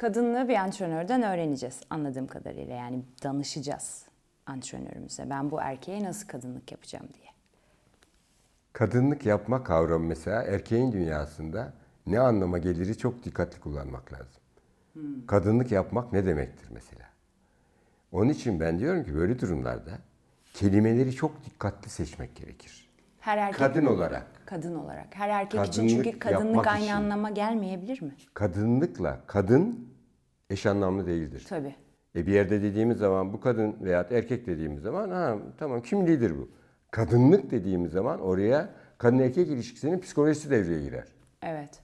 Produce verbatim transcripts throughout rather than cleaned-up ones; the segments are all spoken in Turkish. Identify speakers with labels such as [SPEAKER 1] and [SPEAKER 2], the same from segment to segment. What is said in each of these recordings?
[SPEAKER 1] Kadınlığı bir antrenörden öğreneceğiz anladığım kadarıyla. Yani danışacağız antrenörümüze. Ben bu erkeğe nasıl kadınlık yapacağım diye.
[SPEAKER 2] Kadınlık yapma kavramı mesela erkeğin dünyasında ne anlama geliri çok dikkatli kullanmak lazım. Hmm. Kadınlık yapmak ne demektir mesela? Onun için ben diyorum ki böyle durumlarda kelimeleri çok dikkatli seçmek gerekir.
[SPEAKER 1] Her erkek
[SPEAKER 2] Kadın
[SPEAKER 1] mi?
[SPEAKER 2] olarak.
[SPEAKER 1] Kadın olarak. Her erkek
[SPEAKER 2] Kadınlık
[SPEAKER 1] için çünkü kadınlık
[SPEAKER 2] yapmak
[SPEAKER 1] aynı
[SPEAKER 2] için.
[SPEAKER 1] anlama gelmeyebilir mi?
[SPEAKER 2] Kadınlıkla kadın eş anlamlı değildir.
[SPEAKER 1] Tabii.
[SPEAKER 2] E bir yerde dediğimiz zaman bu kadın veya erkek dediğimiz zaman ha tamam kimliğidir bu. Kadınlık dediğimiz zaman oraya kadın erkek ilişkisinin psikolojisi devreye girer.
[SPEAKER 1] Evet.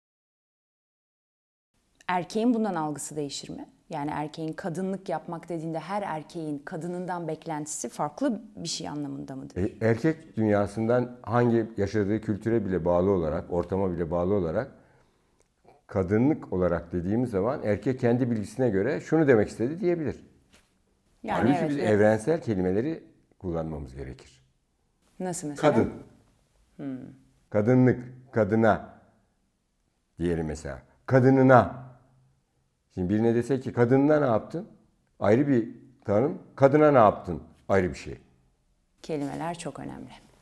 [SPEAKER 1] Erkeğin bundan algısı değişir mi? Yani erkeğin kadınlık yapmak dediğinde her erkeğin kadınından beklentisi farklı bir şey anlamında mıdır?
[SPEAKER 2] E, erkek dünyasından hangi yaşadığı kültüre bile bağlı olarak, ortama bile bağlı olarak kadınlık olarak dediğimiz zaman erkek kendi bilgisine göre şunu demek istedi diyebilir.
[SPEAKER 1] Yani
[SPEAKER 2] Halbuki
[SPEAKER 1] evet,
[SPEAKER 2] biz
[SPEAKER 1] evet.
[SPEAKER 2] evrensel kelimeleri kullanmamız gerekir.
[SPEAKER 1] Nasıl mesela?
[SPEAKER 2] Kadın. Hmm. Kadınlık, kadına diyelim mesela. Kadınına. Şimdi birine desek ki kadınına ne yaptın? Ayrı bir tanım. Kadına ne yaptın? Ayrı bir şey.
[SPEAKER 1] Kelimeler çok önemli.